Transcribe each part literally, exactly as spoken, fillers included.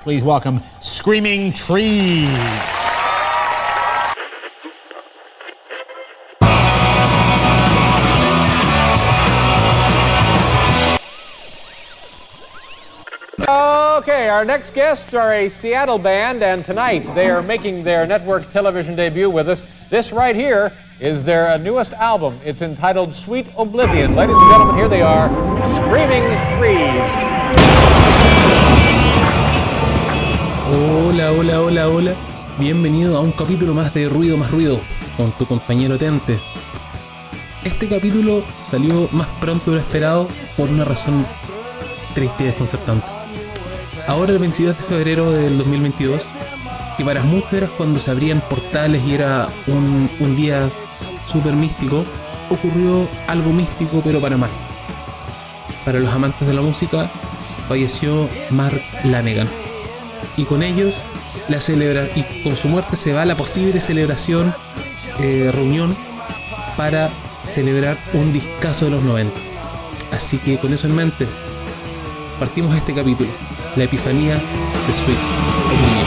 Please welcome Screaming Trees. Okay, our next guests are a Seattle band, and tonight they are making their network television debut with us. This right here is their newest album. It's entitled Sweet Oblivion. Ladies and gentlemen, here they are, Screaming Trees. Hola, hola, hola, hola. Bienvenido a un capítulo más de Ruido más Ruido con tu compañero Tente. Este capítulo salió más pronto de lo esperado por una razón triste y desconcertante. Ahora el veintidós de febrero del dos mil veintidós, que para muchos era cuando se abrían portales y era un, un día súper místico, ocurrió algo místico pero para mal. Para los amantes de la música, falleció Mark Lanegan. Y con ellos, la celebra y con su muerte se va la posible celebración, eh, reunión para celebrar un discazo de los noventa. Así que con eso en mente, partimos este capítulo, la epifanía de Sweet Oblivion.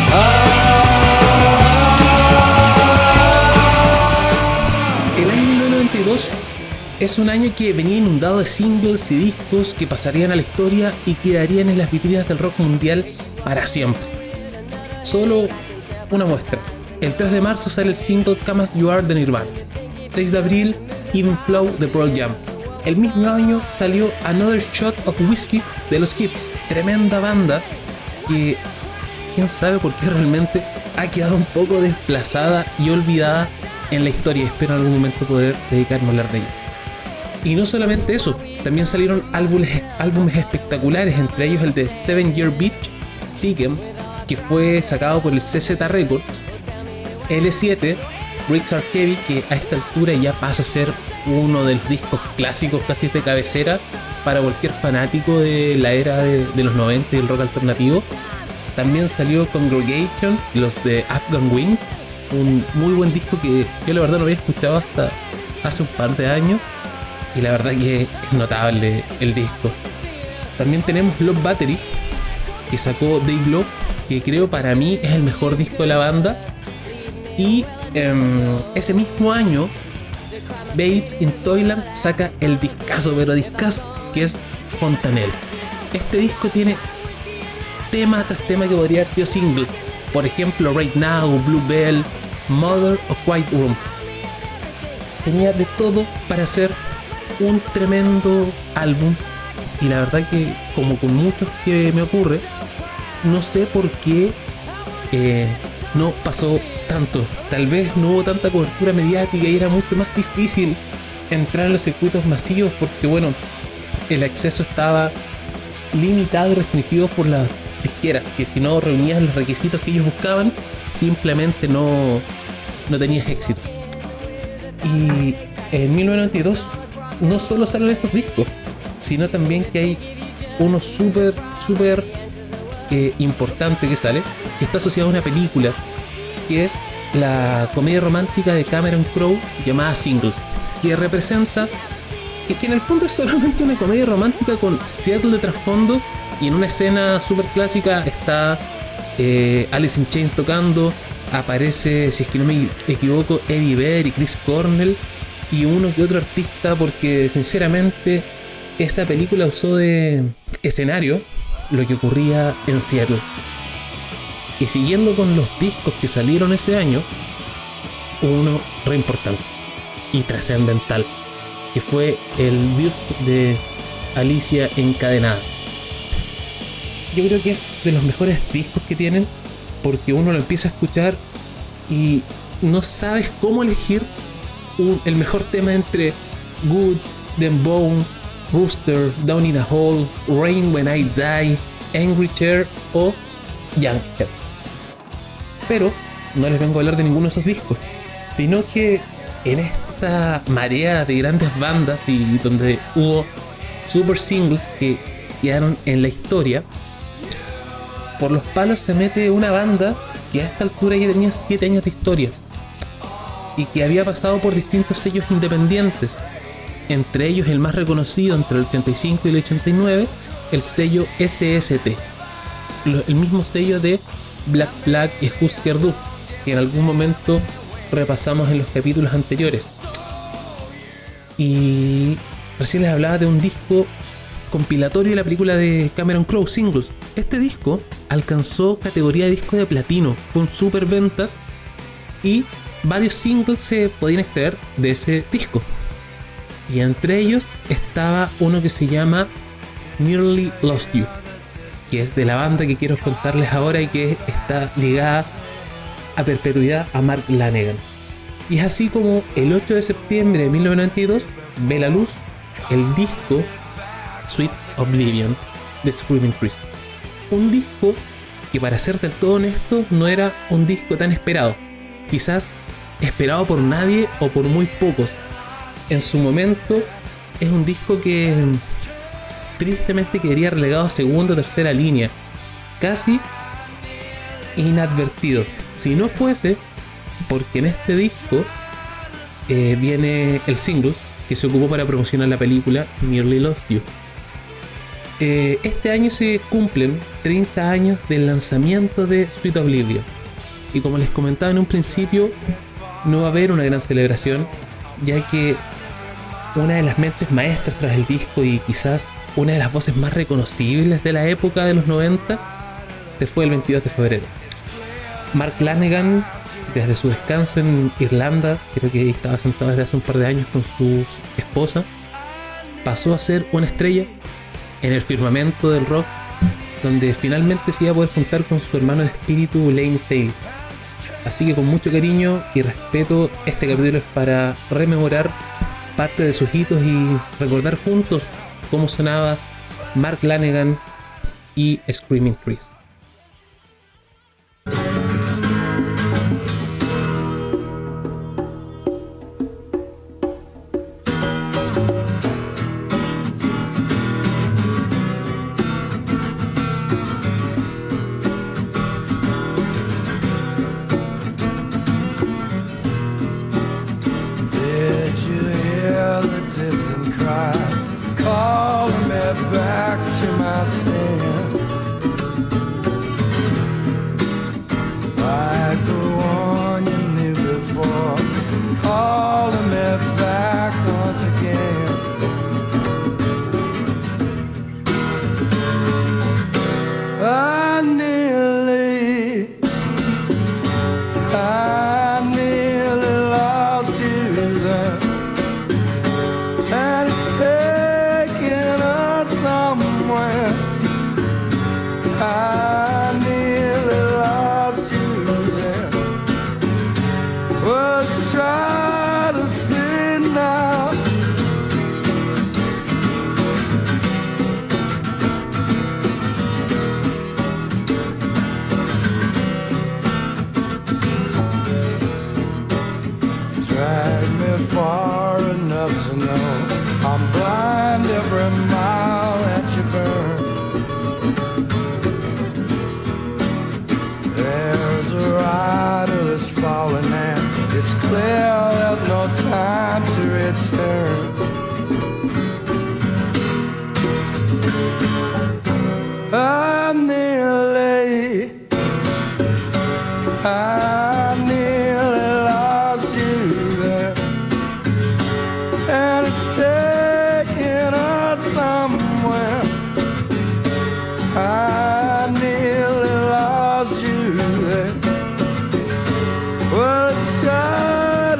El año mil novecientos noventa y dos es un año que venía inundado de singles y discos que pasarían a la historia y quedarían en las vitrinas del rock mundial para siempre. Solo una muestra. El tres de marzo sale el single Come As You Are de Nirvana. seis de abril, Even Flow de Pearl Jam. El mismo año salió Another Shot of Whiskey de los Hits, tremenda banda que quién sabe por qué realmente ha quedado un poco desplazada y olvidada en la historia. Espero en algún momento poder dedicarme a hablar de ella. Y no solamente eso, también salieron álbumes, álbumes espectaculares, entre ellos el de Seven Year Beach, Sigem, que fue sacado por el C Z Records, L siete, Bricks Are Heavy, que a esta altura ya pasa a ser uno de los discos clásicos casi de cabecera para cualquier fanático de la era de, de los noventa y el rock alternativo. También salió Congregation, los de Afghan Wind, un muy buen disco que yo la verdad no había escuchado hasta hace un par de años y la verdad que es notable el disco. También tenemos Love Battery, que sacó Day Glow, que creo para mí es el mejor disco de la banda. Y um, ese mismo año Babes in Toyland saca el discazo, pero discazo, que es Fontanelle. Este disco tiene tema tras tema que podría haber sido single. Por ejemplo, Right Now, Bluebell, Mother o Quiet Room. Tenía de todo para hacer un tremendo álbum. Y la verdad que, como con muchos que me ocurre, no sé por qué eh, no pasó tanto. Tal vez no hubo tanta cobertura mediática y era mucho más difícil entrar en los circuitos masivos porque, bueno, el acceso estaba limitado y restringido por las disqueras, que si no reunías los requisitos que ellos buscaban, simplemente no, no tenías éxito. Y en mil novecientos noventa y dos no solo salen estos discos, sino también que hay uno súper, súper eh, importante que sale, que está asociado a una película, que es la comedia romántica de Cameron Crowe llamada Singles, que representa que, que en el fondo es solamente una comedia romántica con Seattle de trasfondo, y en una escena súper clásica está eh, Alice in Chains tocando, aparece, si es que no me equivoco, Eddie Vedder y Chris Cornell y uno que otro artista, porque sinceramente esa película usó de escenario lo que ocurría en Seattle. Y siguiendo con los discos que salieron ese año, uno re importante y trascendental, que fue el Dirt de Alicia Encadenada. Yo creo que es de los mejores discos que tienen, porque uno lo empieza a escuchar y no sabes cómo elegir un, el mejor tema entre Good, Them Bones, Rooster, Down in a Hole, Rain When I Die, Angry Chair o Younghead. Pero no les vengo a hablar de ninguno de esos discos, sino que en esta marea de grandes bandas y donde hubo super singles que quedaron en la historia, por los palos se mete una banda que a esta altura ya tenía siete años de historia y que había pasado por distintos sellos independientes, entre ellos el más reconocido entre el ochenta y cinco y el ochenta y nueve, el sello S S T. lo- el mismo sello de Black Flag y Husker Du, que en algún momento repasamos en los capítulos anteriores. Y recién les hablaba de un disco compilatorio de la película de Cameron Crowe, Singles. Este disco alcanzó categoría de disco de platino con super ventas y varios singles se podían extraer de ese disco. Y entre ellos estaba uno que se llama Nearly Lost You, que es de la banda que quiero contarles ahora y que está ligada a perpetuidad a Mark Lanegan. Y es así como el ocho de septiembre de mil novecientos noventa y dos ve la luz el disco Sweet Oblivion de Screaming Trees. Un disco que, para ser del todo honesto, no era un disco tan esperado. Quizás esperado por nadie o por muy pocos. En su momento es un disco que tristemente quedaría relegado a segunda o tercera línea, casi inadvertido. Si no fuese porque en este disco eh, viene el single que se ocupó para promocionar la película Nearly Lost You. Eh, este año se cumplen treinta años del lanzamiento de Sweet Oblivion, y como les comentaba en un principio, no va a haber una gran celebración, ya que una de las mentes maestras tras el disco y quizás una de las voces más reconocibles de la época de los noventa se fue el veintidós de febrero. Mark Lanegan, desde su descanso en Irlanda, creo que estaba sentado desde hace un par de años con su esposa, pasó a ser una estrella en el firmamento del rock, donde finalmente se iba a poder juntar con su hermano de espíritu Layne Staley. Así que con mucho cariño y respeto, este capítulo es para rememorar parte de sus hitos y recordar juntos cómo sonaba Mark Lanegan y Screaming Trees. Well, it's time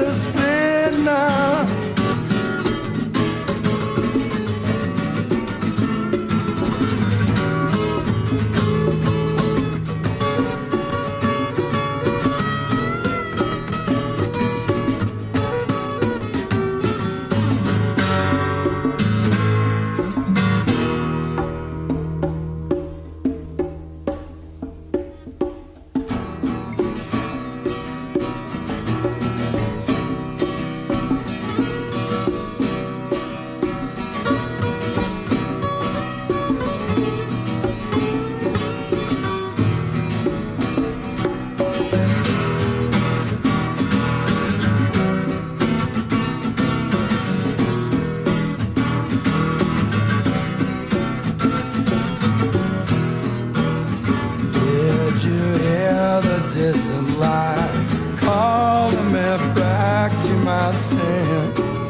my sin,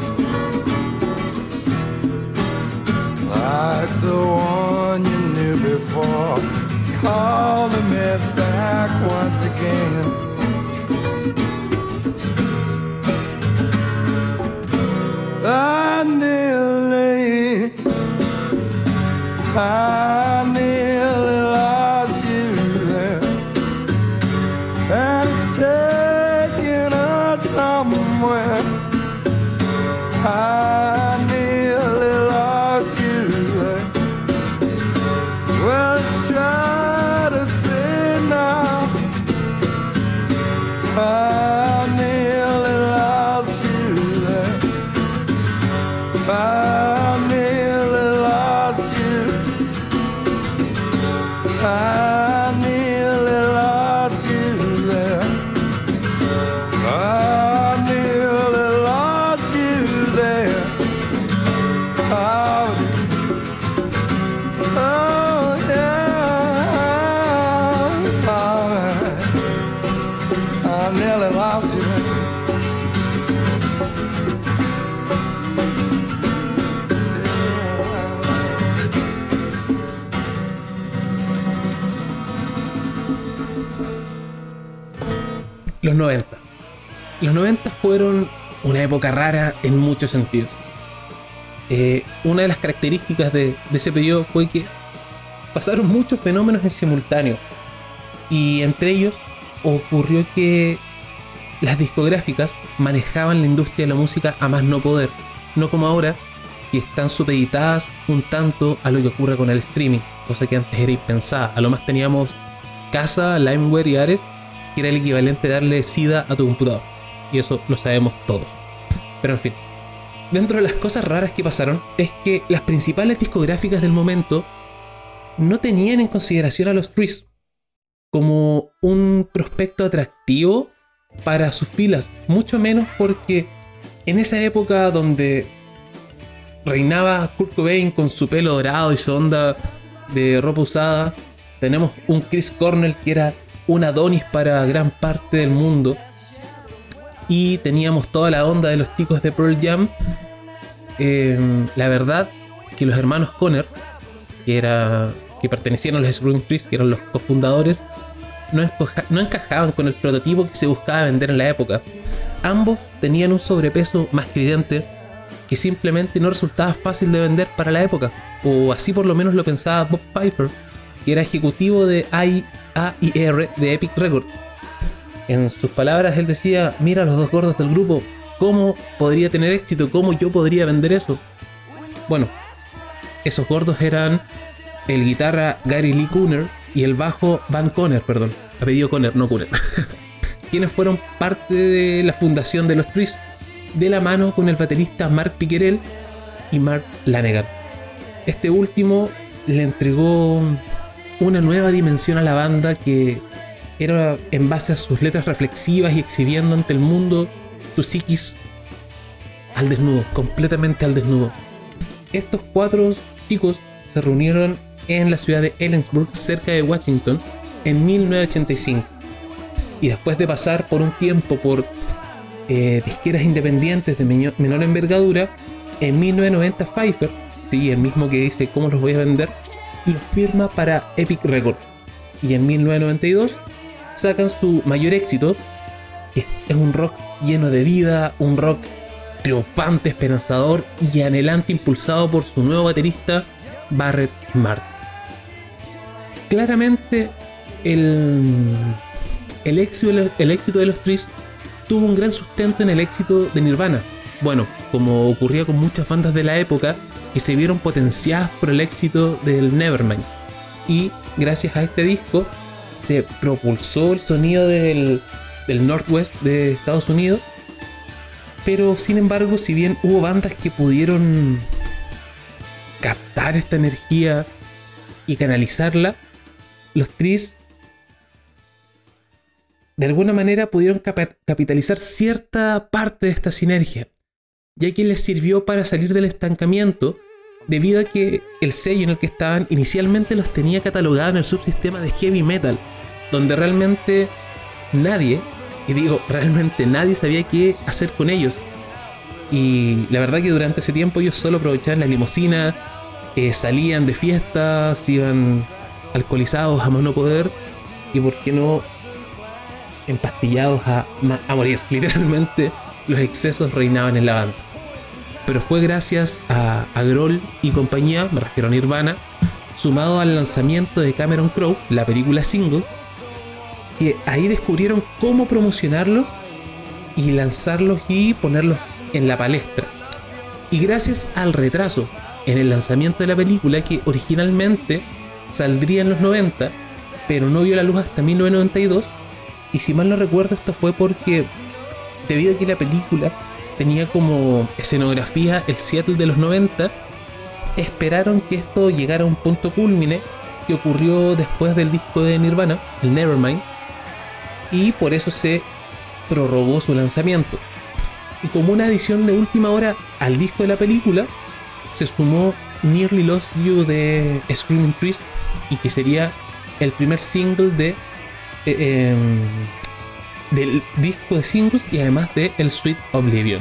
like the one you knew before, calling me back once again. I nearly, I nearly lost you there, and it's taking us somewhere. I nearly lost you there. Well, try to say now, I nearly lost you there. I nearly lost you. I nearly lost you there. I nearly lost you there. Oh, oh yeah. I nearly lost you there. Los noventa. Los noventa fueron una época rara en muchos sentidos. Eh, una de las características de, de ese periodo fue que pasaron muchos fenómenos en simultáneo. Y entre ellos ocurrió que las discográficas manejaban la industria de la música a más no poder. No como ahora, que están supeditadas un tanto a lo que ocurre con el streaming. Cosa que antes era impensada. A lo más teníamos Casa, Limeware y Ares, que era el equivalente de darle SIDA a tu computador. Y eso lo sabemos todos. Pero en fin, dentro de las cosas raras que pasaron es que las principales discográficas del momento no tenían en consideración a los Trees como un prospecto atractivo para sus filas, mucho menos porque en esa época donde reinaba Kurt Cobain con su pelo dorado y su onda de ropa usada, tenemos un Chris Cornell que era un Adonis para gran parte del mundo, y teníamos toda la onda de los chicos de Pearl Jam. Eh, la verdad que los hermanos Conner, que, era, que pertenecían a los Screaming Trees, que eran los cofundadores, no, encoja, no encajaban con el prototipo que se buscaba vender en la época. Ambos tenían un sobrepeso más que evidente que simplemente no resultaba fácil de vender para la época, o así por lo menos lo pensaba Bob Pfeiffer, que era ejecutivo de A I R de Epic Records. En sus palabras él decía: mira los dos gordos del grupo, ¿cómo podría tener éxito? ¿Cómo yo podría vender eso? Bueno, esos gordos eran el guitarra Gary Lee Conner y el bajo Van Conner, perdón, apellido Conner, no Conner, quienes fueron parte de la fundación de los Trees, de la mano con el baterista Mark Pickerel y Mark Lanegan. Este último le entregó una nueva dimensión a la banda, que era en base a sus letras reflexivas y exhibiendo ante el mundo su psiquis al desnudo, completamente al desnudo. Estos cuatro chicos se reunieron en la ciudad de Ellensburg, cerca de Washington, en mil novecientos ochenta y cinco, y después de pasar por un tiempo por eh, disqueras independientes de menor, menor envergadura, en mil novecientos noventa Pfeiffer, sí, el mismo que dice cómo los voy a vender, los firma para Epic Records, y en mil novecientos noventa y dos sacan su mayor éxito, que es un rock lleno de vida, un rock triunfante, esperanzador y anhelante, impulsado por su nuevo baterista Barrett Martin. Claramente el, el, éxito, el éxito de los Trees tuvo un gran sustento en el éxito de Nirvana. Bueno, como ocurría con muchas bandas de la época que se vieron potenciadas por el éxito del Nevermind, y gracias a este disco se propulsó el sonido del, del Northwest de Estados Unidos. Pero sin embargo, si bien hubo bandas que pudieron captar esta energía y canalizarla, los Trees de alguna manera pudieron cap- capitalizar cierta parte de esta sinergia, ya que les sirvió para salir del estancamiento, debido a que el sello en el que estaban inicialmente los tenía catalogados en el subsistema de heavy metal, donde realmente nadie y digo, realmente nadie sabía qué hacer con ellos. Y la verdad que durante ese tiempo ellos solo aprovechaban la limusina, eh, salían de fiestas, iban alcoholizados a más no poder, y por qué no empastillados a, a morir. Literalmente los excesos reinaban en la banda. Pero fue gracias a, a Grohl y compañía, me refiero a Nirvana, sumado al lanzamiento de Cameron Crowe, la película Singles, que ahí descubrieron cómo promocionarlos y lanzarlos y ponerlos en la palestra. Y gracias al retraso en el lanzamiento de la película, que originalmente saldría en los noventa, pero no vio la luz hasta mil novecientos noventa y dos, y si mal no recuerdo esto fue porque debido a que la película tenía como escenografía el Seattle de los noventa, esperaron que esto llegara a un punto cúlmine que ocurrió después del disco de Nirvana, el Nevermind, y por eso se prorrogó su lanzamiento. Y como una adición de última hora al disco de la película, se sumó Nearly Lost You de Screaming Trees, y que sería el primer single de eh, eh, del disco de singles y además de el Sweet Oblivion.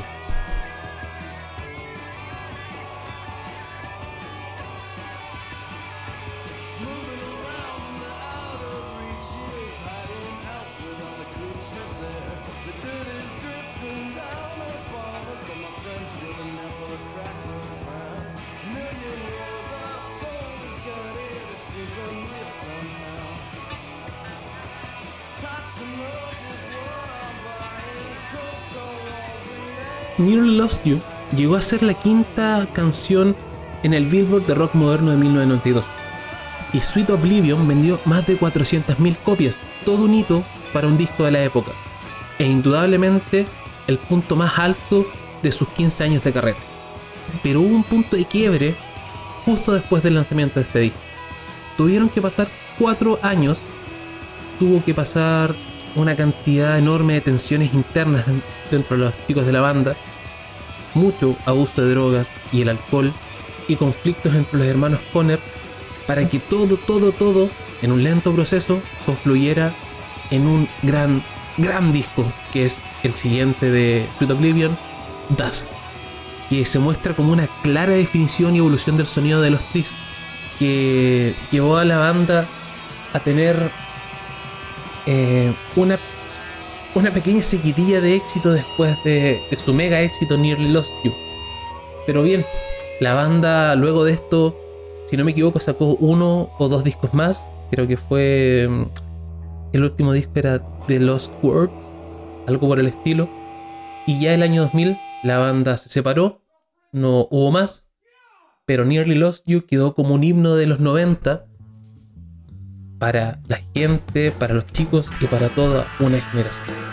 Nearly Lost You llegó a ser la quinta canción en el Billboard de rock moderno de mil novecientos noventa y dos, y Sweet Oblivion vendió más de cuatrocientas mil copias, todo un hito para un disco de la época, e indudablemente el punto más alto de sus quince años de carrera. Pero hubo un punto de quiebre justo después del lanzamiento de este disco. Tuvieron que pasar cuatro años, tuvo que pasar una cantidad enorme de tensiones internas dentro de los chicos de la banda, mucho abuso de drogas y el alcohol, y conflictos entre los hermanos Conner, para que todo, todo, todo, en un lento proceso, confluyera en un gran, gran disco, que es el siguiente de Sweet Oblivion, Dust, que se muestra como una clara definición y evolución del sonido de los Trees, que llevó a la banda a tener eh, una una pequeña seguidilla de éxito después de, de su mega éxito Nearly Lost You. Pero bien, la banda luego de esto, si no me equivoco, sacó uno o dos discos más. Creo que fue el último disco era The Lost Words, algo por el estilo. Y ya el año dos mil la banda se separó, no hubo más, pero Nearly Lost You quedó como un himno de los noventa para la gente, para los chicos y para toda una generación.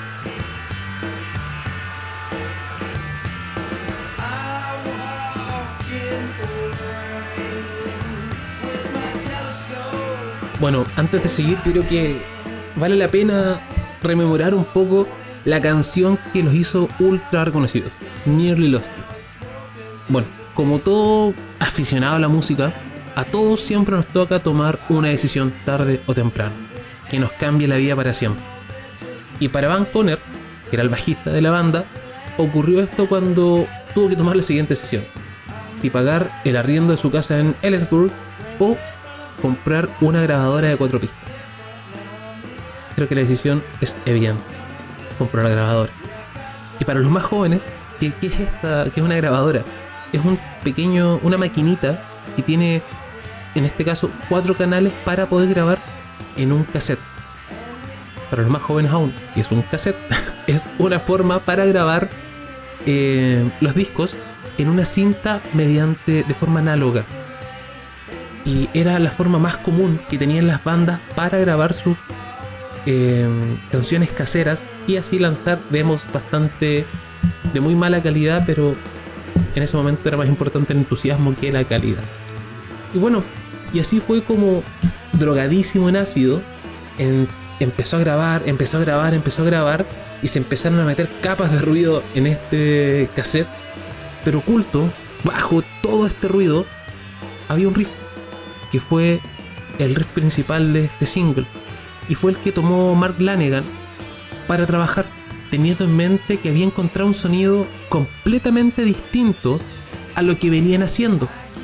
Bueno, antes de seguir, creo que vale la pena rememorar un poco la canción que los hizo ultra reconocidos, Nearly Lost You. Bueno, como todo aficionado a la música, a todos siempre nos toca tomar una decisión tarde o temprano, que nos cambie la vida para siempre. Y para Van Conner, que era el bajista de la banda, ocurrió esto cuando tuvo que tomar la siguiente decisión: si pagar el arriendo de su casa en Ellsburg o comprar una grabadora de cuatro pistas. Creo que la decisión es evidente: comprar la grabadora. Y para los más jóvenes, ¿qué, qué es esta? ¿Qué es una grabadora? Es un pequeño, una maquinita que tiene, en este caso, cuatro canales para poder grabar en un cassette. Para los más jóvenes aún, ¿qué es un cassette? Es una forma para grabar eh, los discos en una cinta mediante de forma análoga. Y era la forma más común que tenían las bandas para grabar sus eh, canciones caseras y así lanzar demos bastante de muy mala calidad, pero en ese momento era más importante el entusiasmo que la calidad. Y bueno, y así fue como, drogadísimo en ácido, en, empezó a grabar, empezó a grabar, empezó a grabar, y se empezaron a meter capas de ruido en este cassette, pero oculto, bajo todo este ruido, había un riff, que fue el riff principal de este single, y fue el que tomó Mark Lanegan para trabajar teniendo en mente que había encontrado un sonido completamente distinto a lo que venían haciendo.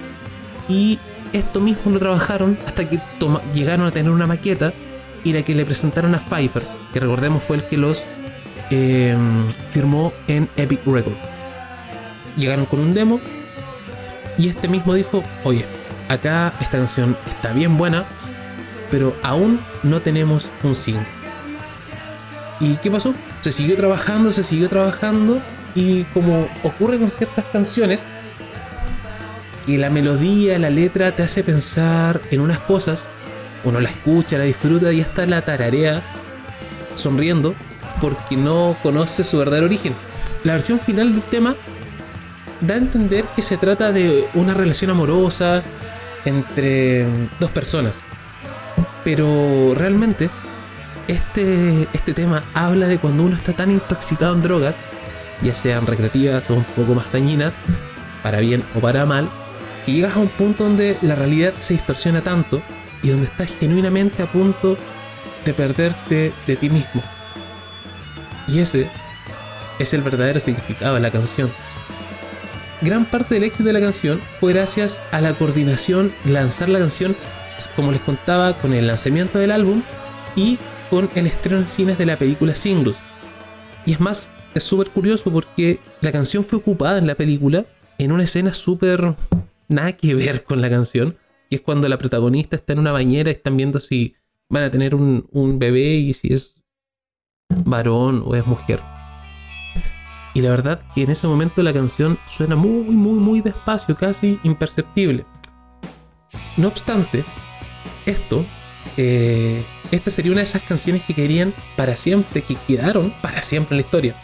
Y esto mismo lo trabajaron hasta que toma, llegaron a tener una maqueta y la que le presentaron a Pfeiffer, que recordemos fue el que los eh, firmó en Epic Records. Llegaron con un demo y este mismo dijo: oye, acá esta canción está bien buena, pero aún no tenemos un single. ¿Y qué pasó? Se siguió trabajando, se siguió trabajando, y como ocurre con ciertas canciones, que la melodía, la letra te hace pensar en unas cosas, uno la escucha, la disfruta y hasta la tararea sonriendo porque no conoce su verdadero origen. La versión final del tema da a entender que se trata de una relación amorosa entre dos personas, pero realmente este, este tema habla de cuando uno está tan intoxicado en drogas, ya sean recreativas o un poco más dañinas, para bien o para mal, que llegas a un punto donde la realidad se distorsiona tanto y donde estás genuinamente a punto de perderte de ti mismo. Y ese es el verdadero significado de la canción. Gran parte del éxito de la canción fue gracias a la coordinación de lanzar la canción, como les contaba, con el lanzamiento del álbum y con el estreno en cines de la película Singles. Y es más, es súper curioso porque la canción fue ocupada en la película en una escena súper nada que ver con la canción, que es cuando la protagonista está en una bañera y están viendo si van a tener un, un bebé y si es varón o es mujer. Y la verdad que en ese momento la canción suena muy, muy, muy despacio, casi imperceptible. No obstante, esto, eh, esta sería una de esas canciones que querían para siempre, que quedaron para siempre en la historia.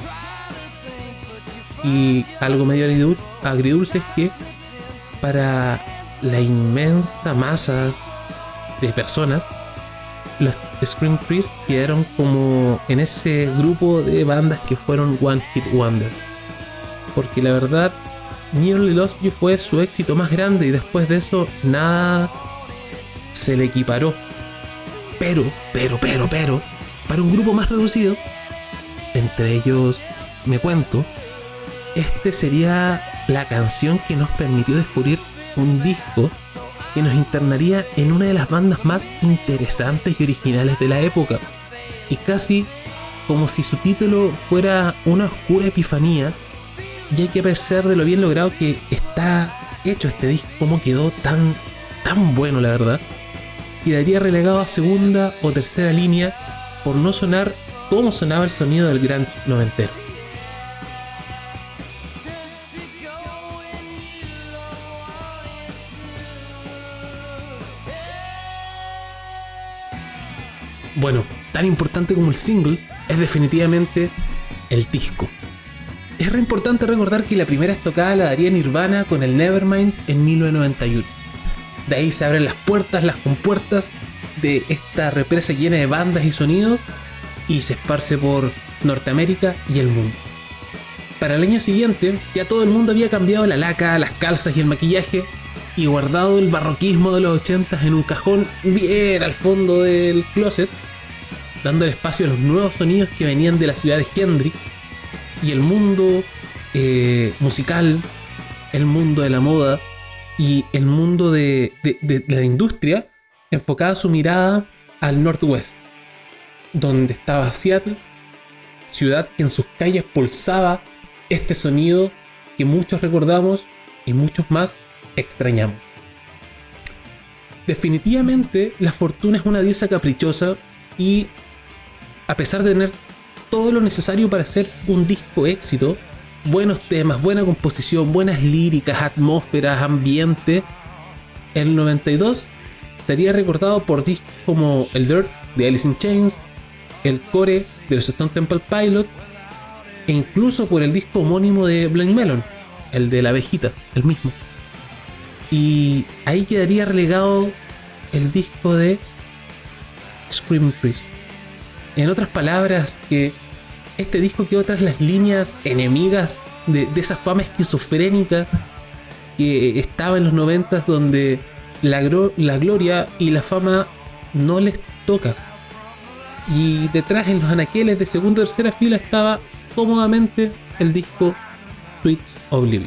Y algo medio agridulce es que para la inmensa masa de personas, los Scream Trees quedaron como en ese grupo de bandas que fueron One Hit Wonder, porque la verdad Nearly Lost You fue su éxito más grande y después de eso nada se le equiparó. Pero, pero, pero, pero para un grupo más reducido, entre ellos Me Cuento, este sería la canción que nos permitió descubrir un disco que nos internaría en una de las bandas más interesantes y originales de la época, y casi como si su título fuera una oscura epifanía, ya que a pesar de lo bien logrado que está hecho este disco, como quedó tan, tan bueno, la verdad, quedaría relegado a segunda o tercera línea por no sonar como sonaba el sonido del grunge noventero. Bueno, tan importante como el single es definitivamente el disco. Es re importante recordar que la primera estocada la daría Nirvana con el Nevermind en mil novecientos noventa y uno. De ahí se abren las puertas, las compuertas de esta represa llena de bandas y sonidos y se esparce por Norteamérica y el mundo. Para el año siguiente ya todo el mundo había cambiado la laca, las calzas y el maquillaje y guardado el barroquismo de los ochentas en un cajón bien al fondo del closet, dando el espacio a los nuevos sonidos que venían de la ciudad de Hendrix y el mundo eh, musical, el mundo de la moda y el mundo de, de, de, de la industria, enfocaba su mirada al Northwest, donde estaba Seattle, ciudad que en sus calles pulsaba este sonido que muchos recordamos y muchos más extrañamos. Definitivamente la fortuna es una diosa caprichosa y a pesar de tener todo lo necesario para hacer un disco éxito, buenos temas, buena composición, buenas líricas, atmósferas, ambiente, el noventa y dos sería recordado por discos como el Dirt de Alice in Chains, el Core de los Stone Temple Pilots e incluso por el disco homónimo de Blind Melon, el de la abejita, el mismo. Y ahí quedaría relegado el disco de Screaming Trees. En otras palabras, que este disco quedó tras las líneas enemigas de, de esa fama esquizofrénica que estaba en los noventas, donde la, gro- la gloria y la fama no les toca. Y detrás, en los anaqueles de segunda o tercera fila, estaba cómodamente el disco Sweet Oblivion.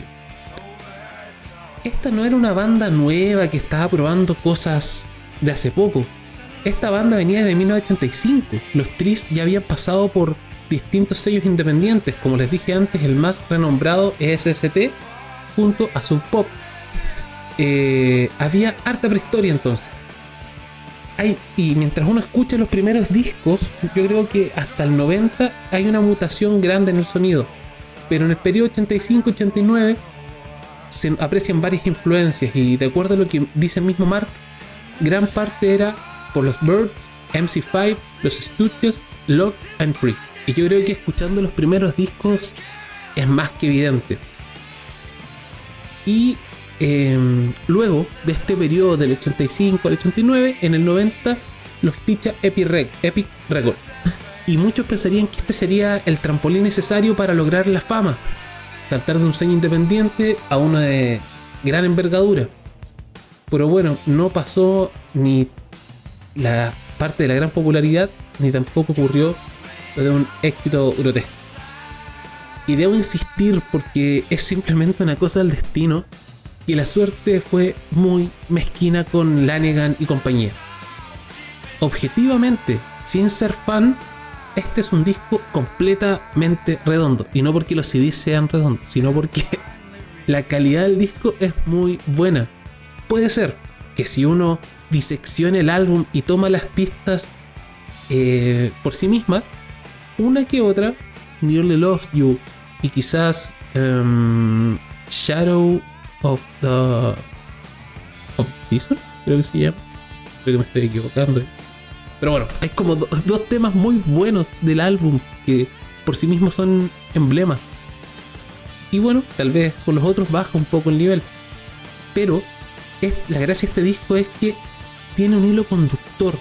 Esta no era una banda nueva que estaba probando cosas de hace poco. Esta banda venía de mil novecientos ochenta y cinco. Los Trees ya habían pasado por distintos sellos independientes, como les dije antes, el más renombrado E S S T junto a Sub Pop. Eh, había harta prehistoria entonces. Hay, y mientras uno escucha los primeros discos, yo creo que hasta el noventa hay una mutación grande en el sonido. Pero en el periodo ochenta y cinco ochenta y nueve se aprecian varias influencias, y de acuerdo a lo que dice el mismo Mark, gran parte era por los Byrds, M C cinco, los Stooges, Locked and Free. Y yo creo que escuchando los primeros discos es más que evidente. Y eh, luego de este periodo del ochenta y cinco al ochenta y nueve, en el noventa los ficha Epic, Rec- Epic Records. Y muchos pensarían que este sería el trampolín necesario para lograr la fama, saltar de un sello independiente a uno de gran envergadura. Pero bueno, no pasó ni la parte de la gran popularidad, ni tampoco ocurrió lo de un éxito grotesco. Y debo insistir, porque es simplemente una cosa del destino, que la suerte fue muy mezquina con Lanegan y compañía. Objetivamente, sin ser fan, este es un disco completamente redondo. Y no porque los C Ds sean redondos, sino porque la calidad del disco es muy buena. Puede ser que si uno disecciona el álbum y toma las pistas eh, por sí mismas, una que otra, Nearly Lost You y quizás um, Shadow of the of the Season, creo que se llama, creo que me estoy equivocando. Pero bueno, hay como do- dos temas muy buenos del álbum que por sí mismos son emblemas. Y bueno, tal vez con los otros baja un poco el nivel. Pero es, la gracia de este disco es que tiene un hilo conductor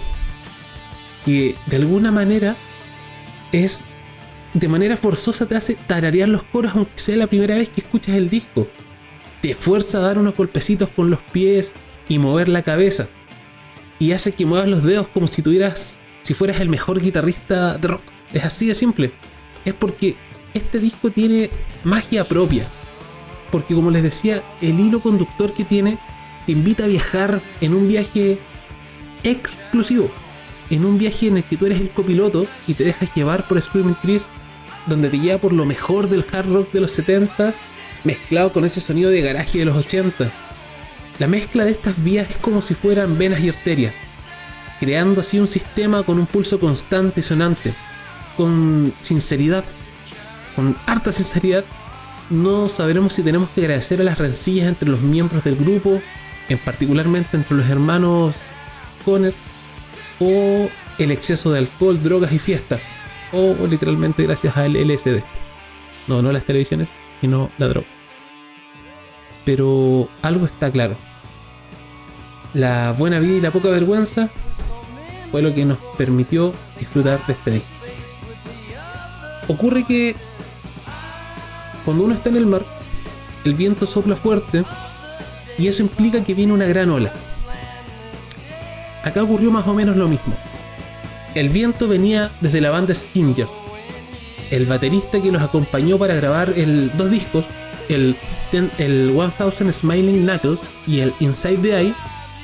que de alguna manera es, de manera forzosa te hace tararear los coros, aunque sea la primera vez que escuchas el disco. Te fuerza a dar unos golpecitos con los pies y mover la cabeza. Y hace que muevas los dedos como si tuvieras, si fueras el mejor guitarrista de rock. Es así de simple. Es porque este disco tiene magia propia. Porque como les decía, el hilo conductor que tiene te invita a viajar en un viaje exclusivo. En un viaje en el que tú eres el copiloto y te dejas llevar por Screaming Trees, donde te lleva por lo mejor del hard rock de los setenta, mezclado con ese sonido de garaje de los ochenta. La mezcla de estas vías es como si fueran venas y arterias, creando así un sistema con un pulso constante y sonante, con sinceridad, con harta sinceridad. No sabremos si tenemos que agradecer a las rencillas entre los miembros del grupo, en particularmente entre los hermanos Conner, o el exceso de alcohol, drogas y fiestas, o literalmente gracias al L S D. No, no las televisiones, sino la droga. Pero algo está claro: la buena vida y la poca vergüenza fue lo que nos permitió disfrutar de este disco. Ocurre que cuando uno está en el mar, el viento sopla fuerte y eso implica que viene una gran ola. Acá ocurrió más o menos lo mismo. El viento venía desde la banda Skinger. El baterista que los acompañó para grabar el, dos discos, el, ten, el mil Smiling Knuckles y el Inside the Eye,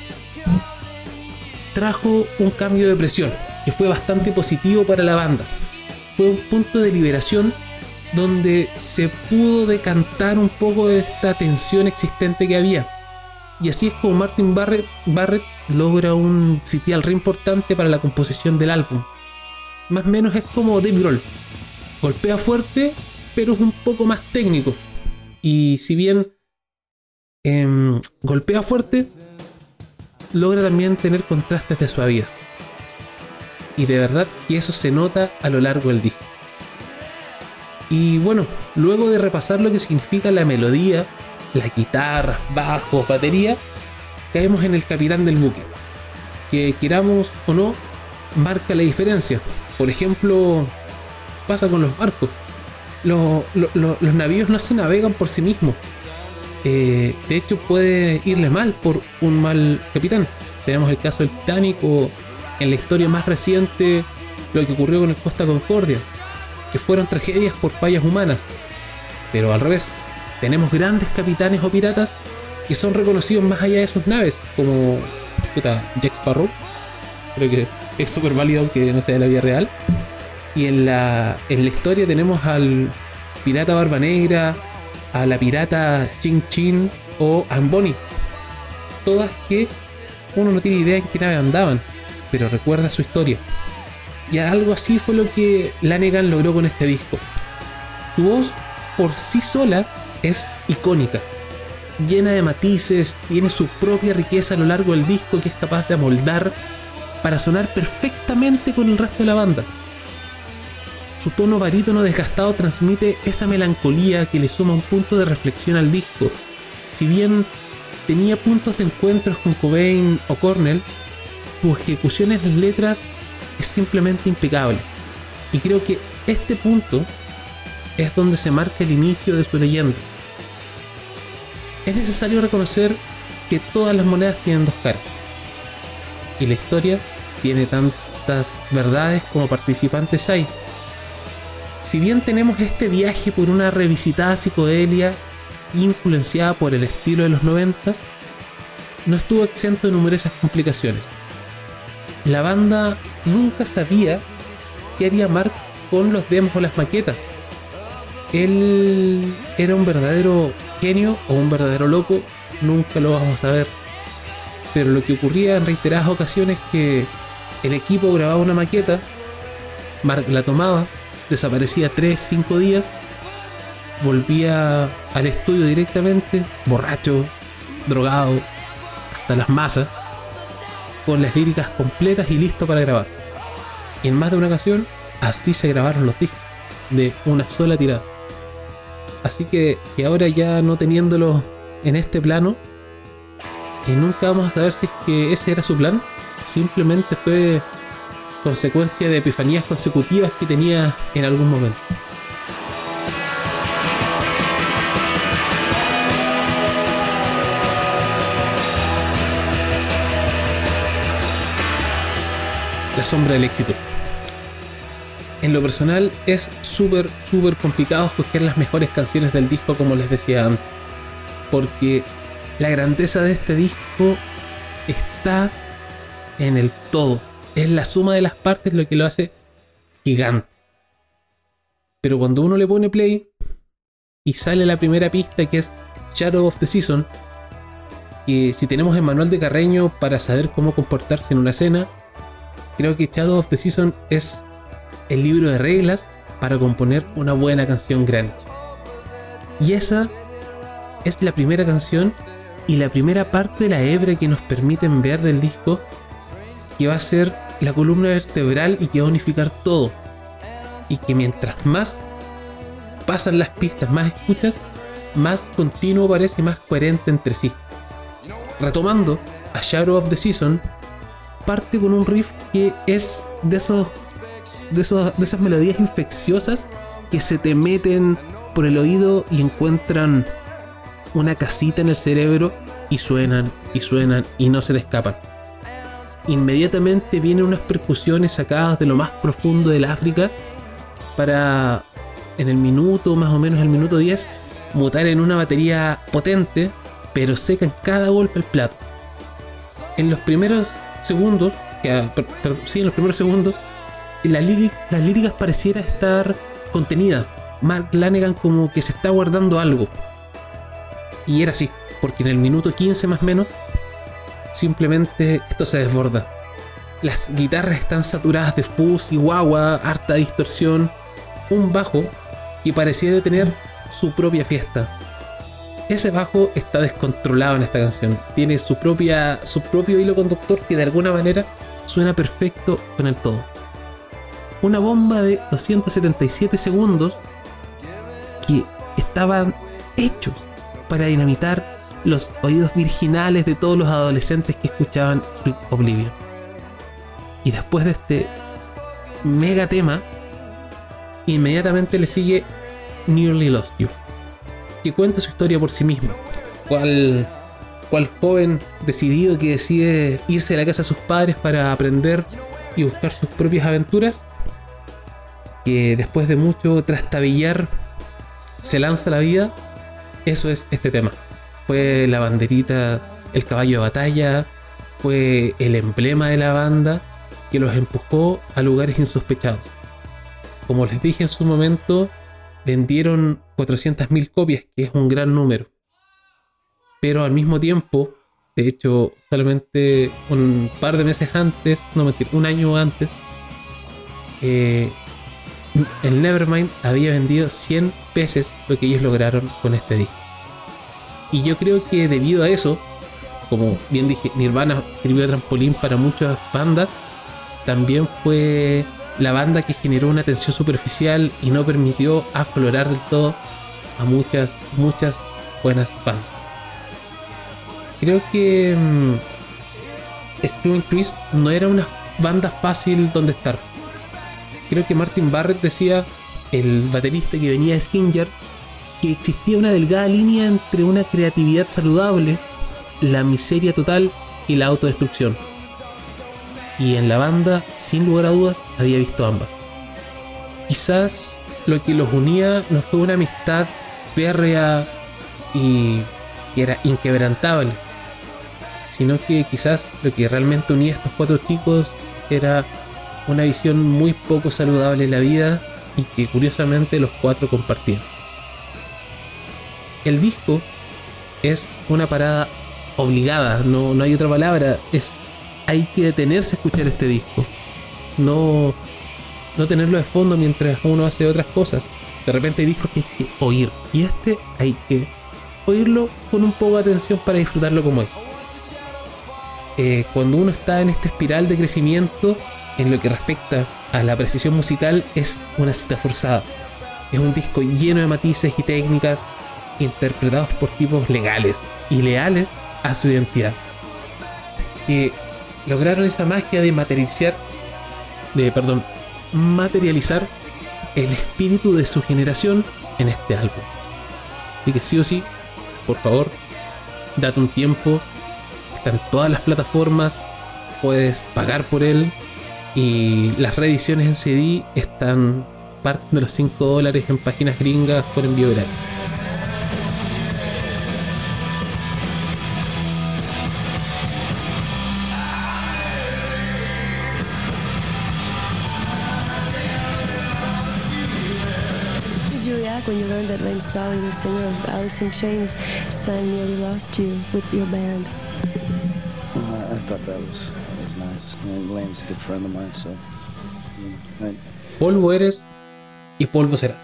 trajo un cambio de presión que fue bastante positivo para la banda. Fue un punto de liberación donde se pudo decantar un poco de esta tensión existente que había. Y así es como Martin Barrett, Barrett logra un sitial re importante para la composición del álbum. Más o menos es como Dave Grohl. Golpea fuerte, pero es un poco más técnico. Y si bien eh, golpea fuerte, logra también tener contrastes de suavidad. Y de verdad que eso se nota a lo largo del disco. Y bueno, luego de repasar lo que significa la melodía, las guitarras, bajos, batería, caemos en el capitán del buque, que queramos o no, marca la diferencia. Por ejemplo, pasa con los barcos. Los, los, los, los navíos no se navegan por sí mismos. Eh, de hecho, puede irle mal por un mal capitán. Tenemos el caso del Titanic, o en la historia más reciente, lo que ocurrió con el Costa Concordia, que fueron tragedias por fallas humanas. Pero al revés, tenemos grandes capitanes o piratas que son reconocidos más allá de sus naves, como puta, Jack Sparrow, creo que es súper válido aunque no sea de la vida real. Y en la, en la historia tenemos al pirata Barba Negra, a la pirata Chin Chin o a Bonnie, todas que uno no tiene idea en qué nave andaban, pero recuerda su historia. Y algo así fue lo que Lanegan logró con este disco. Su voz por sí sola es icónica, llena de matices, tiene su propia riqueza a lo largo del disco que es capaz de amoldar para sonar perfectamente con el resto de la banda. Su tono barítono desgastado transmite esa melancolía que le suma un punto de reflexión al disco. Si bien tenía puntos de encuentros con Cobain o Cornell, su ejecución en las letras es simplemente impecable. Y creo que este punto es donde se marca el inicio de su leyenda. Es necesario reconocer que todas las monedas tienen dos caras. Y la historia tiene tantas verdades como participantes hay. Si bien tenemos este viaje por una revisitada psicodelia influenciada por el estilo de los noventas, no estuvo exento de numerosas complicaciones. La banda nunca sabía qué haría Mark con los demos o las maquetas. Él era un verdadero genio o un verdadero loco, nunca lo vamos a ver. Pero lo que ocurría en reiteradas ocasiones es que el equipo grababa una maqueta, Mark la tomaba, desaparecía tres cinco días, volvía al estudio directamente, borracho, drogado, hasta las masas, con las líricas completas y listo para grabar. Y en más de una ocasión, así se grabaron los discos, de una sola tirada. Así que, que ahora ya no teniéndolo en este plano, y nunca vamos a saber si es que ese era su plan, simplemente fue consecuencia de epifanías consecutivas que tenía en algún momento. La sombra del éxito. En lo personal es súper, súper complicado escoger las mejores canciones del disco, como les decía antes, porque la grandeza de este disco está en el todo. Es la suma de las partes lo que lo hace gigante. Pero cuando uno le pone play y sale la primera pista, que es Shadow of the Season, que si tenemos el manual de Carreño para saber cómo comportarse en una escena, creo que Shadow of the Season es el libro de reglas para componer una buena canción grande. Y esa es la primera canción y la primera parte de la hebra que nos permiten ver del disco, que va a ser la columna vertebral y que va a unificar todo. Y que mientras más pasan las pistas, más escuchas, más continuo parece y más coherente entre sí. Retomando a Shadow of the Season, parte con un riff que es de esos, de esos, de esas melodías infecciosas que se te meten por el oído y encuentran una casita en el cerebro y suenan y suenan y no se te escapan. Inmediatamente vienen unas percusiones sacadas de lo más profundo del África para, en el minuto, más o menos el minuto diez, mutar en una batería potente, pero seca en cada golpe el plato. En los primeros segundos, que, per, per, sí, en los primeros segundos, la lírica, las líricas pareciera estar contenidas. Mark Lanegan como que se está guardando algo. Y era así, porque en el minuto quince más o menos, simplemente esto se desborda. Las guitarras están saturadas de fuzz y guagua, harta distorsión, un bajo que parecía de tener su propia fiesta. Ese bajo está descontrolado en esta canción, tiene su propia, su propio hilo conductor que de alguna manera suena perfecto con el todo. Una bomba de doscientos setenta y siete segundos que estaban hechos para dinamitar los oídos virginales de todos los adolescentes que escuchaban Sweet Oblivion. Y después de este mega tema, inmediatamente le sigue Nearly Lost You, que cuenta su historia por sí misma. Cual, cual joven decidido que decide irse de la casa de sus padres para aprender y buscar sus propias aventuras, que después de mucho trastabillar se lanza a la vida, eso es este tema. Fue la banderita, el caballo de batalla, fue el emblema de la banda que los empujó a lugares insospechados. Como les dije en su momento, vendieron cuatrocientas mil copias, que es un gran número. Pero al mismo tiempo, de hecho, solamente un par de meses antes, no mentir, un año antes, eh, el Nevermind había vendido cien veces lo que ellos lograron con este disco. Y yo creo que debido a eso, como bien dije, Nirvana sirvió de trampolín para muchas bandas, también fue la banda que generó una tensión superficial y no permitió aflorar del todo a muchas, muchas buenas bandas. Creo que mmm, Screaming Trees no era una banda fácil donde estar. Creo que Martin Barrett decía, el baterista que venía de Skinner, que existía una delgada línea entre una creatividad saludable, la miseria total y la autodestrucción. Y en la banda, sin lugar a dudas, había visto ambas. Quizás lo que los unía no fue una amistad férrea y que era inquebrantable, sino que quizás lo que realmente unía a estos cuatro chicos era una visión muy poco saludable de la vida y que curiosamente los cuatro compartían. El disco es una parada obligada, no, no hay otra palabra, es, hay que detenerse a escuchar este disco, no, no tenerlo de fondo mientras uno hace otras cosas. De repente hay discos que hay que oír, y este hay que oírlo con un poco de atención para disfrutarlo como es. Eh, cuando uno está en esta espiral de crecimiento en lo que respecta a la precisión musical, es una cita forzada. Es un disco lleno de matices y técnicas interpretados por tipos legales y leales a su identidad, que lograron esa magia de materializar de, perdón, materializar el espíritu de su generación en este álbum. Así que sí o sí, por favor, date un tiempo. Está en todas las plataformas, puedes pagar por él, y las reediciones en C D están parte de los cinco dólares en páginas gringas por envío gratis. When you learned that Lane Staley, the singer of Alice in Chains, sang Nearly Lost You with your band? Uh, I thought that was, that was nice. I mean, Lane's a good friend of mine, so... Yeah, right. Polvo eres y polvo serás.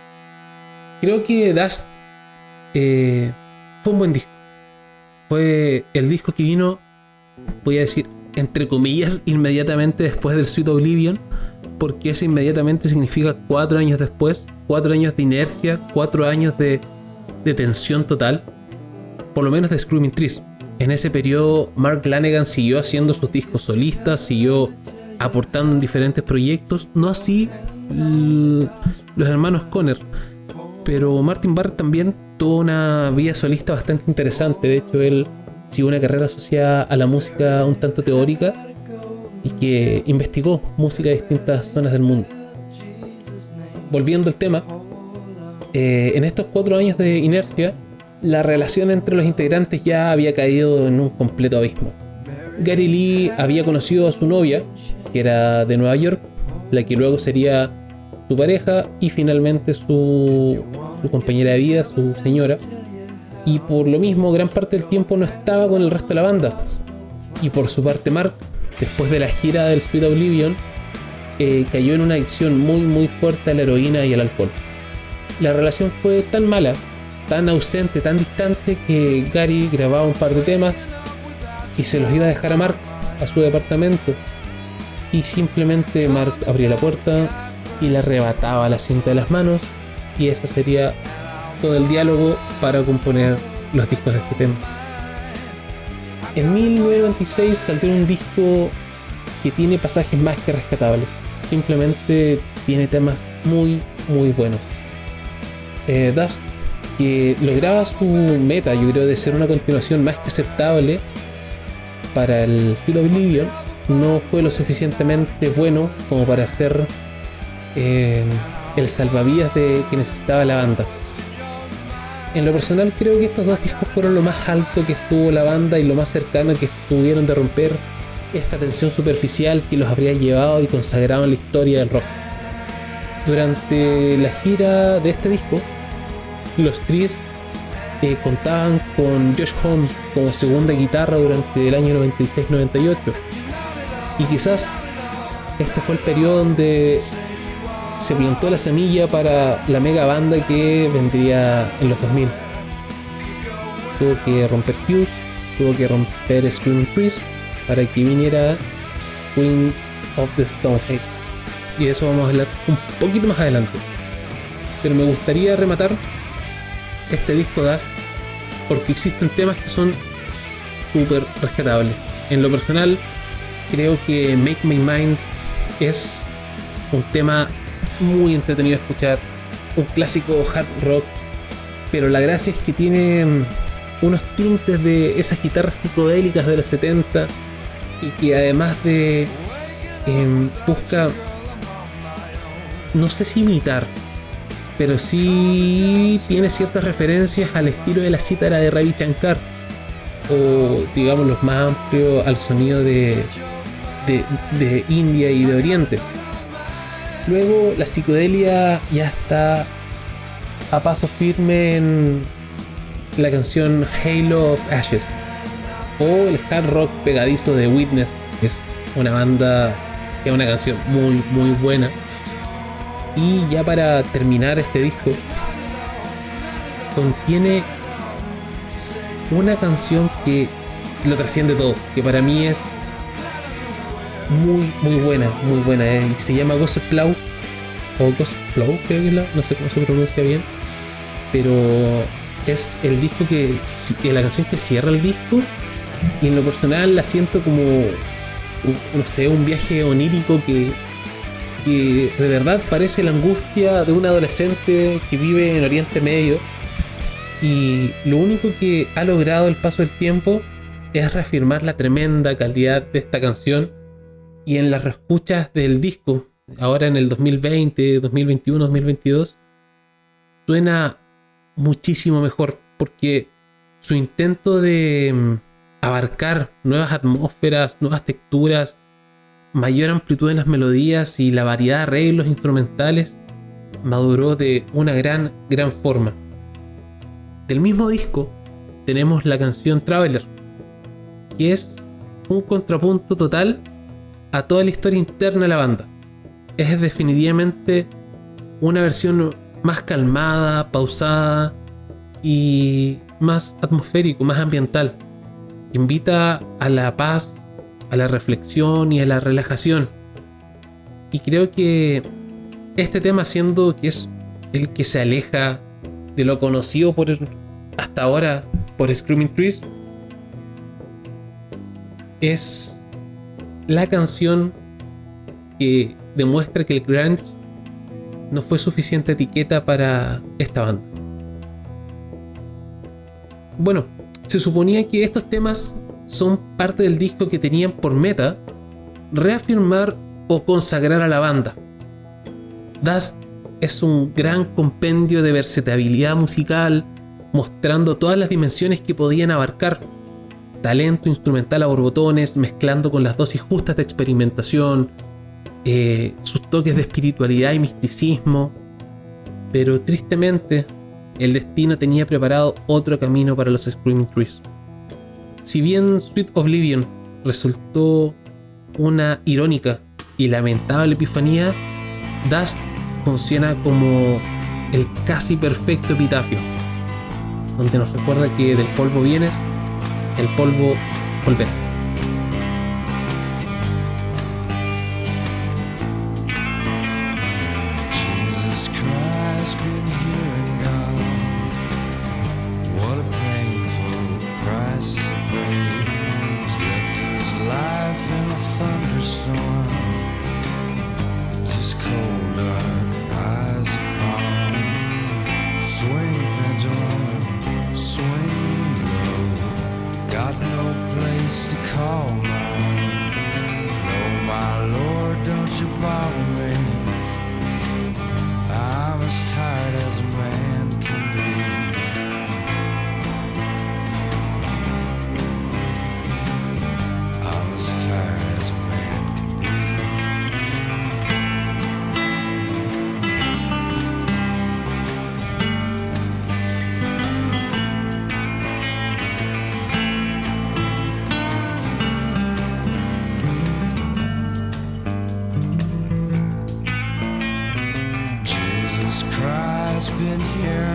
Creo que Dust eh, fue un buen disco. Fue el disco que vino, voy a decir, entre comillas, inmediatamente después del Sweet Oblivion, porque ese inmediatamente significa cuatro años después, cuatro años de inercia, cuatro años de, de tensión total, por lo menos de Screaming Trees. En ese periodo Mark Lanegan siguió haciendo sus discos solistas, siguió aportando en diferentes proyectos, no así l- los hermanos Conner, pero Martin Barrett también tuvo una vida solista bastante interesante. De hecho, él siguió una carrera asociada a la música un tanto teórica y que investigó música de distintas zonas del mundo. Volviendo al tema, eh, en estos cuatro años de inercia, la relación entre los integrantes ya había caído en un completo abismo. Gary Lee había conocido a su novia, que era de Nueva York, la que luego sería su pareja y finalmente su, su compañera de vida, su señora, y por lo mismo gran parte del tiempo no estaba con el resto de la banda. Y por su parte Mark, después de la gira del Sweet Oblivion, eh, cayó en una adicción muy muy fuerte a la heroína y al alcohol. La relación fue tan mala, tan ausente, tan distante, que Gary grababa un par de temas y se los iba a dejar a Mark a su departamento, y simplemente Mark abría la puerta y le arrebataba la cinta de las manos, y eso sería todo el diálogo para componer los discos de este tema. En mil novecientos noventa y seis salió un disco que tiene pasajes más que rescatables. Simplemente tiene temas muy, muy buenos. Eh, Dust, que lograba su meta, yo creo, de ser una continuación más que aceptable para el Sweet Oblivion, no fue lo suficientemente bueno como para ser eh, el salvavidas de que necesitaba la banda. En lo personal creo que estos dos discos fueron lo más alto que estuvo la banda y lo más cercano que estuvieron de romper esta tensión superficial que los habría llevado y consagrado en la historia del rock. Durante la gira de este disco, los Trees eh, contaban con Josh Homme como segunda guitarra durante el año noventa y seis noventa y ocho, y quizás este fue el periodo donde se plantó la semilla para la mega banda que vendría en los dos mil. Tuvo que romper Fuse, tuvo que romper Screaming Trees para que viniera Queen of the Stone Age, y de eso vamos a hablar un poquito más adelante. Pero me gustaría rematar este disco Dust porque existen temas que son súper rescatables. En lo personal creo que Make My Mind es un tema muy entretenido de escuchar, un clásico hard rock, pero la gracia es que tiene unos tintes de esas guitarras psicodélicas de los setenta y que además de eh, busca, no sé si imitar, pero sí tiene ciertas referencias al estilo de la cítara de Ravi Shankar, o digamos los más amplios al sonido de, de, de India y de Oriente. Luego la psicodelia ya está a paso firme en la canción Halo of Ashes, o el hard rock pegadizo de Witness, que es una banda que es una canción muy muy buena. Y ya para terminar, este disco contiene una canción que lo trasciende todo, que para mí es muy muy buena, muy buena, eh, y se llama Gospel Plow o Gospel Plow, creo que es la, no sé cómo se pronuncia bien, pero es el disco que, la canción que cierra el disco, y en lo personal la siento como, no sé, un viaje onírico que, que de verdad parece la angustia de un adolescente que vive en Oriente Medio, y lo único que ha logrado el paso del tiempo es reafirmar la tremenda calidad de esta canción. Y en las reescuchas del disco, ahora en el dos mil veinte, dos mil veintiuno, dos mil veintidós, suena muchísimo mejor, porque su intento de abarcar nuevas atmósferas, nuevas texturas, mayor amplitud en las melodías y la variedad de arreglos instrumentales maduró de una gran, gran forma. Del mismo disco tenemos la canción Traveler, que es un contrapunto total a toda la historia interna de la banda. Es definitivamente una versión más calmada, pausada y más atmosférico, más ambiental. Invita a la paz, a la reflexión y a la relajación. Y creo que este tema, siendo que es el que se aleja de lo conocido por hasta ahora por Screaming Trees, es la canción que demuestra que el grunge no fue suficiente etiqueta para esta banda. Bueno, se suponía que estos temas son parte del disco que tenían por meta reafirmar o consagrar a la banda. Dust es un gran compendio de versatilidad musical, mostrando todas las dimensiones que podían abarcar. Talento instrumental a borbotones, mezclando con las dosis justas de experimentación, eh, sus toques de espiritualidad y misticismo. Pero tristemente, el destino tenía preparado otro camino para los Screaming Trees. Si bien Sweet Oblivion resultó una irónica y lamentable epifanía, Dust funciona como el casi perfecto epitafio, donde nos recuerda que del polvo vienes, el polvo volverá. Jesus Christ, been here and gone. What a painful price to pay. He's left his life in a thunderstorm. Just cold, dark eyes upon. Swing pendulum, swing low. Got no place to call mine. No, my Lord, don't you bother me.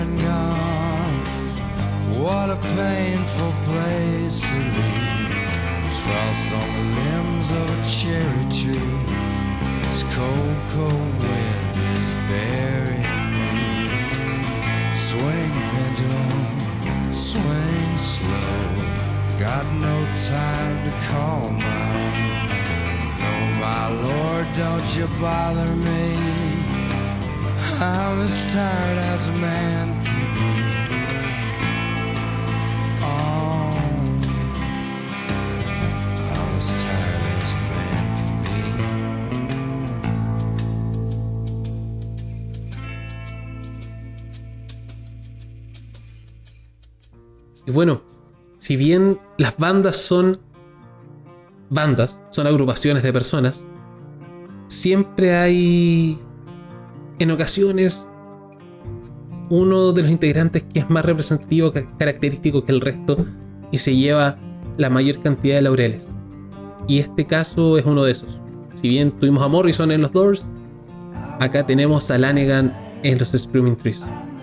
and gone. What a painful place to leave. There's frost on the limbs of a cherry tree. This cold, cold wind is burying me. Swing pendulum, swing slow. Got no time to call my own. No, my Lord, don't you bother me. I'm as tired as a man can be. Oh, I'm as tired as a man can be. Y bueno, si bien las bandas son bandas, son agrupaciones de personas, siempre hay en ocasiones uno de los integrantes que es más representativo, característico que el resto y se lleva la mayor cantidad de laureles. Y este caso es uno de esos. Si bien tuvimos a Morrison en los Doors, acá tenemos a Lanegan en los Screaming Trees.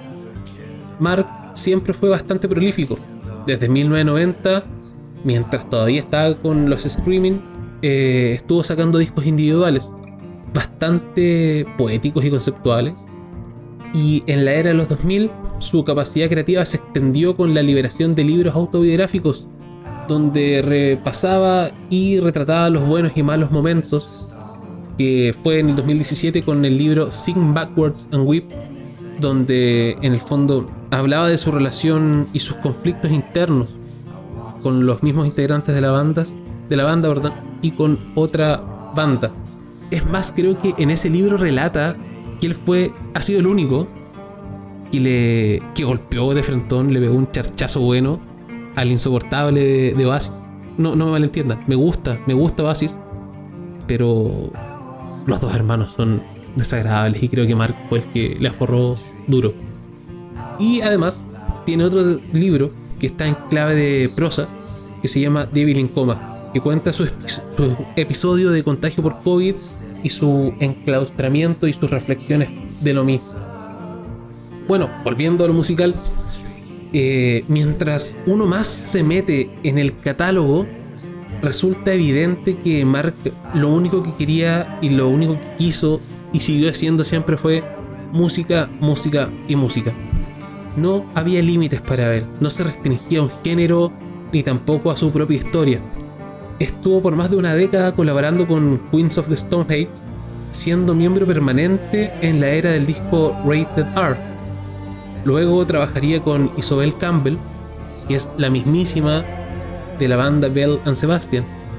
Mark siempre fue bastante prolífico. Desde mil novecientos noventa, mientras todavía estaba con los Screaming, eh, estuvo sacando discos individuales bastante poéticos y conceptuales. Y en la era de los dos mil, su capacidad creativa se extendió con la liberación de libros autobiográficos, donde repasaba y retrataba los buenos y malos momentos, que fue en el dos mil diecisiete con el libro Sing Backwards and Weep, donde en el fondo hablaba de su relación y sus conflictos internos con los mismos integrantes de la banda, de la banda, perdón, y con otra banda. Es más, creo que en ese libro relata que él fue, ha sido el único que le que golpeó de frentón, le pegó un charchazo bueno al insoportable de, de Oasis. No, no me malentiendan, me gusta, me gusta Oasis, pero los dos hermanos son desagradables y creo que Mark fue el que le aforró duro. Y además tiene otro libro que está en clave de prosa que se llama Devil in Coma, que cuenta su, su episodio de contagio por COVID y su enclaustramiento y sus reflexiones de lo mismo. Bueno, volviendo a lo musical, eh, mientras uno más se mete en el catálogo, resulta evidente que Mark lo único que quería y lo único que quiso y siguió haciendo siempre fue música, música y música. No había límites para él, no se restringía a un género ni tampoco a su propia historia. Estuvo por más de una década colaborando con Queens of the Stone Age, siendo miembro permanente en la era del disco Rated R. Luego trabajaría con Isobel Campbell, que es la mismísima de la banda Belle and Sebastian.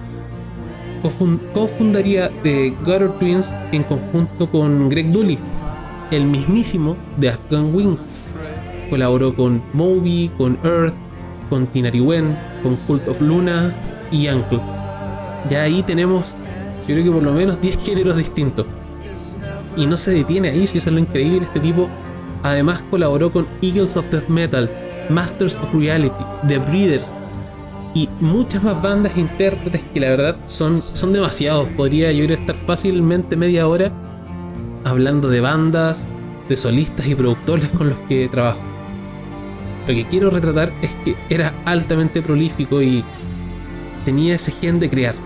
Cofundaría The Gutter Twins en conjunto con Greg Dulli, el mismísimo de Afghan Wings. Colaboró con Moby, con Earth, con Tinari Wen, con Cult of Luna y Uncle. Ya ahí tenemos, yo creo que por lo menos diez géneros distintos. Y no se detiene ahí, si eso es lo increíble. Este tipo además colaboró con Eagles of Death Metal, Masters of Reality, The Breeders y muchas más bandas e intérpretes que la verdad son, son demasiados. Podría yo estar fácilmente media hora hablando de bandas, de solistas y productores con los que trabajo. Lo que quiero retratar es que era altamente prolífico y tenía ese gen de crear.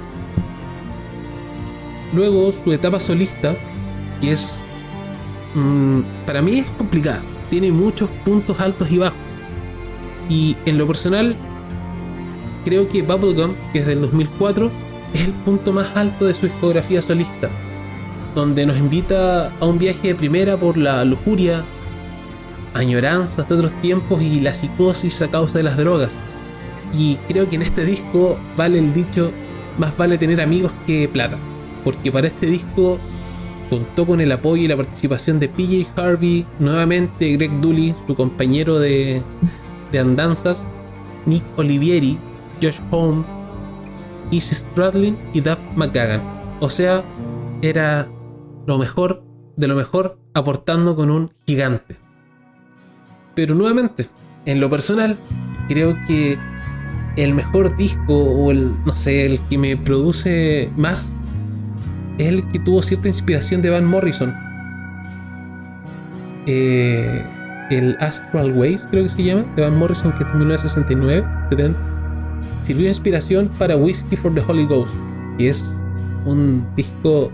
Luego su etapa solista, que es mmm, para mí es complicada, tiene muchos puntos altos y bajos, y en lo personal creo que Bubblegum, que es del dos mil cuatro, es el punto más alto de su discografía solista, donde nos invita a un viaje de primera por la lujuria, añoranzas de otros tiempos y la psicosis a causa de las drogas. Y creo que en este disco vale el dicho, más vale tener amigos que plata, porque para este disco contó con el apoyo y la participación de P J Harvey, nuevamente Greg Dulli, su compañero de, de andanzas, Nick Olivieri, Josh Homme, Izzy Stradlin y Duff McKagan. O sea, era lo mejor de lo mejor, aportando con un gigante. Pero nuevamente, en lo personal, creo que el mejor disco, o el, no sé, el que me produce más, es el que tuvo cierta inspiración de Van Morrison. Eh, el Astral Ways, creo que se llama, de Van Morrison, que es de mil novecientos sesenta y nueve, setenta, sirvió de inspiración para Whiskey for the Holy Ghost, que es un disco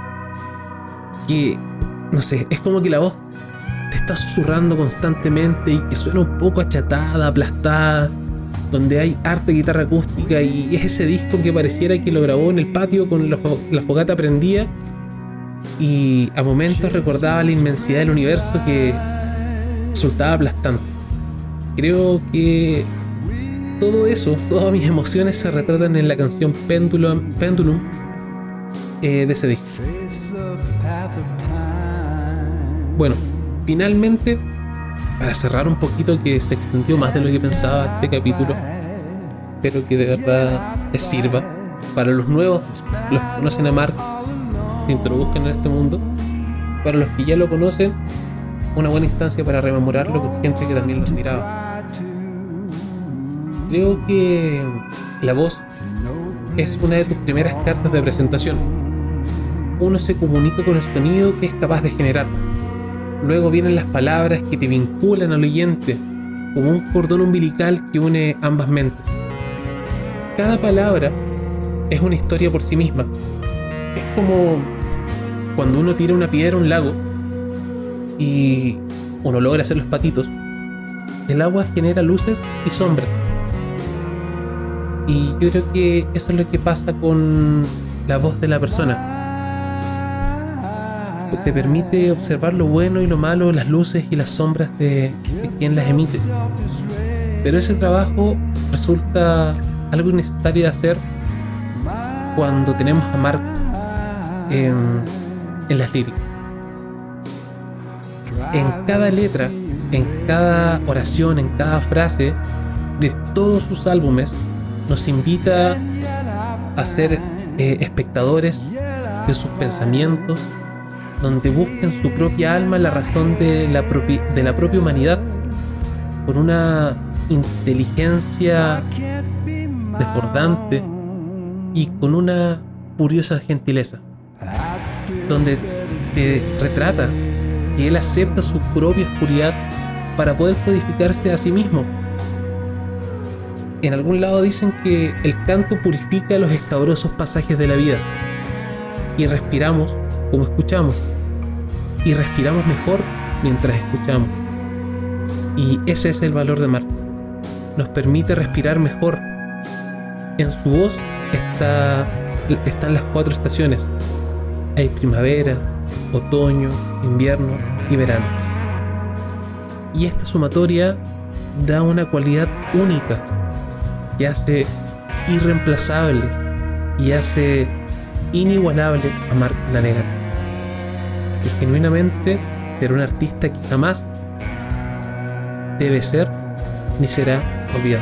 que, no sé, es como que la voz te está susurrando constantemente y que suena un poco achatada, aplastada, donde hay harta guitarra acústica, y es ese disco que pareciera que lo grabó en el patio con la, fo- la fogata prendida, y a momentos recordaba la inmensidad del universo que resultaba aplastante. Creo que todo eso, todas mis emociones se retratan en la canción Pendulum, Pendulum eh, de ese disco. Bueno, finalmente, para cerrar un poquito, que se extendió más de lo que pensaba este capítulo, espero que de verdad les sirva para los nuevos, los que conocen a Mark, se introduzcan en este mundo. Para los que ya lo conocen, una buena instancia para rememorarlo con gente que también lo admiraba. Creo que la voz es una de tus primeras cartas de presentación. Uno se comunica con el sonido que es capaz de generar. Luego vienen las palabras que te vinculan al oyente, como un cordón umbilical que une ambas mentes. Cada palabra es una historia por sí misma. Es como cuando uno tira una piedra a un lago y uno logra hacer los patitos. El agua genera luces y sombras. Y yo creo que eso es lo que pasa con la voz de la persona. Te permite observar lo bueno y lo malo, las luces y las sombras de, de quien las emite. Pero ese trabajo resulta algo innecesario de hacer cuando tenemos a Mark en, en las líricas. En cada letra, en cada oración, en cada frase de todos sus álbumes, nos invita a ser eh, espectadores de sus pensamientos, donde buscan su propia alma la razón de la, propi- de la propia humanidad, por una inteligencia desbordante y con una furiosa gentileza, donde te retrata que él acepta su propia oscuridad para poder codificarse a sí mismo. En algún lado dicen que el canto purifica los escabrosos pasajes de la vida, y respiramos como escuchamos, y respiramos mejor mientras escuchamos. Y ese es el valor de Mark. Nos permite respirar mejor. En su voz está, están las cuatro estaciones. Hay primavera, otoño, invierno y verano. Y esta sumatoria da una cualidad única que hace irreemplazable y hace inigualable a Mark Lanegan, que genuinamente será un artista que jamás debe ser ni será olvidado.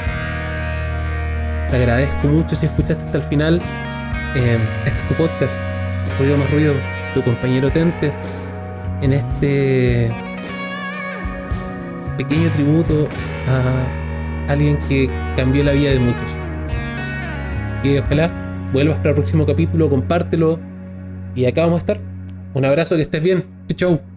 Te agradezco mucho si escuchaste hasta el final. Eh, este es tu podcast, Ruido Más Ruido, tu compañero Tente, en este pequeño tributo a alguien que cambió la vida de muchos. Y ojalá vuelvas para el próximo capítulo, compártelo, y acá vamos a estar. Un abrazo, que estés bien. Chau.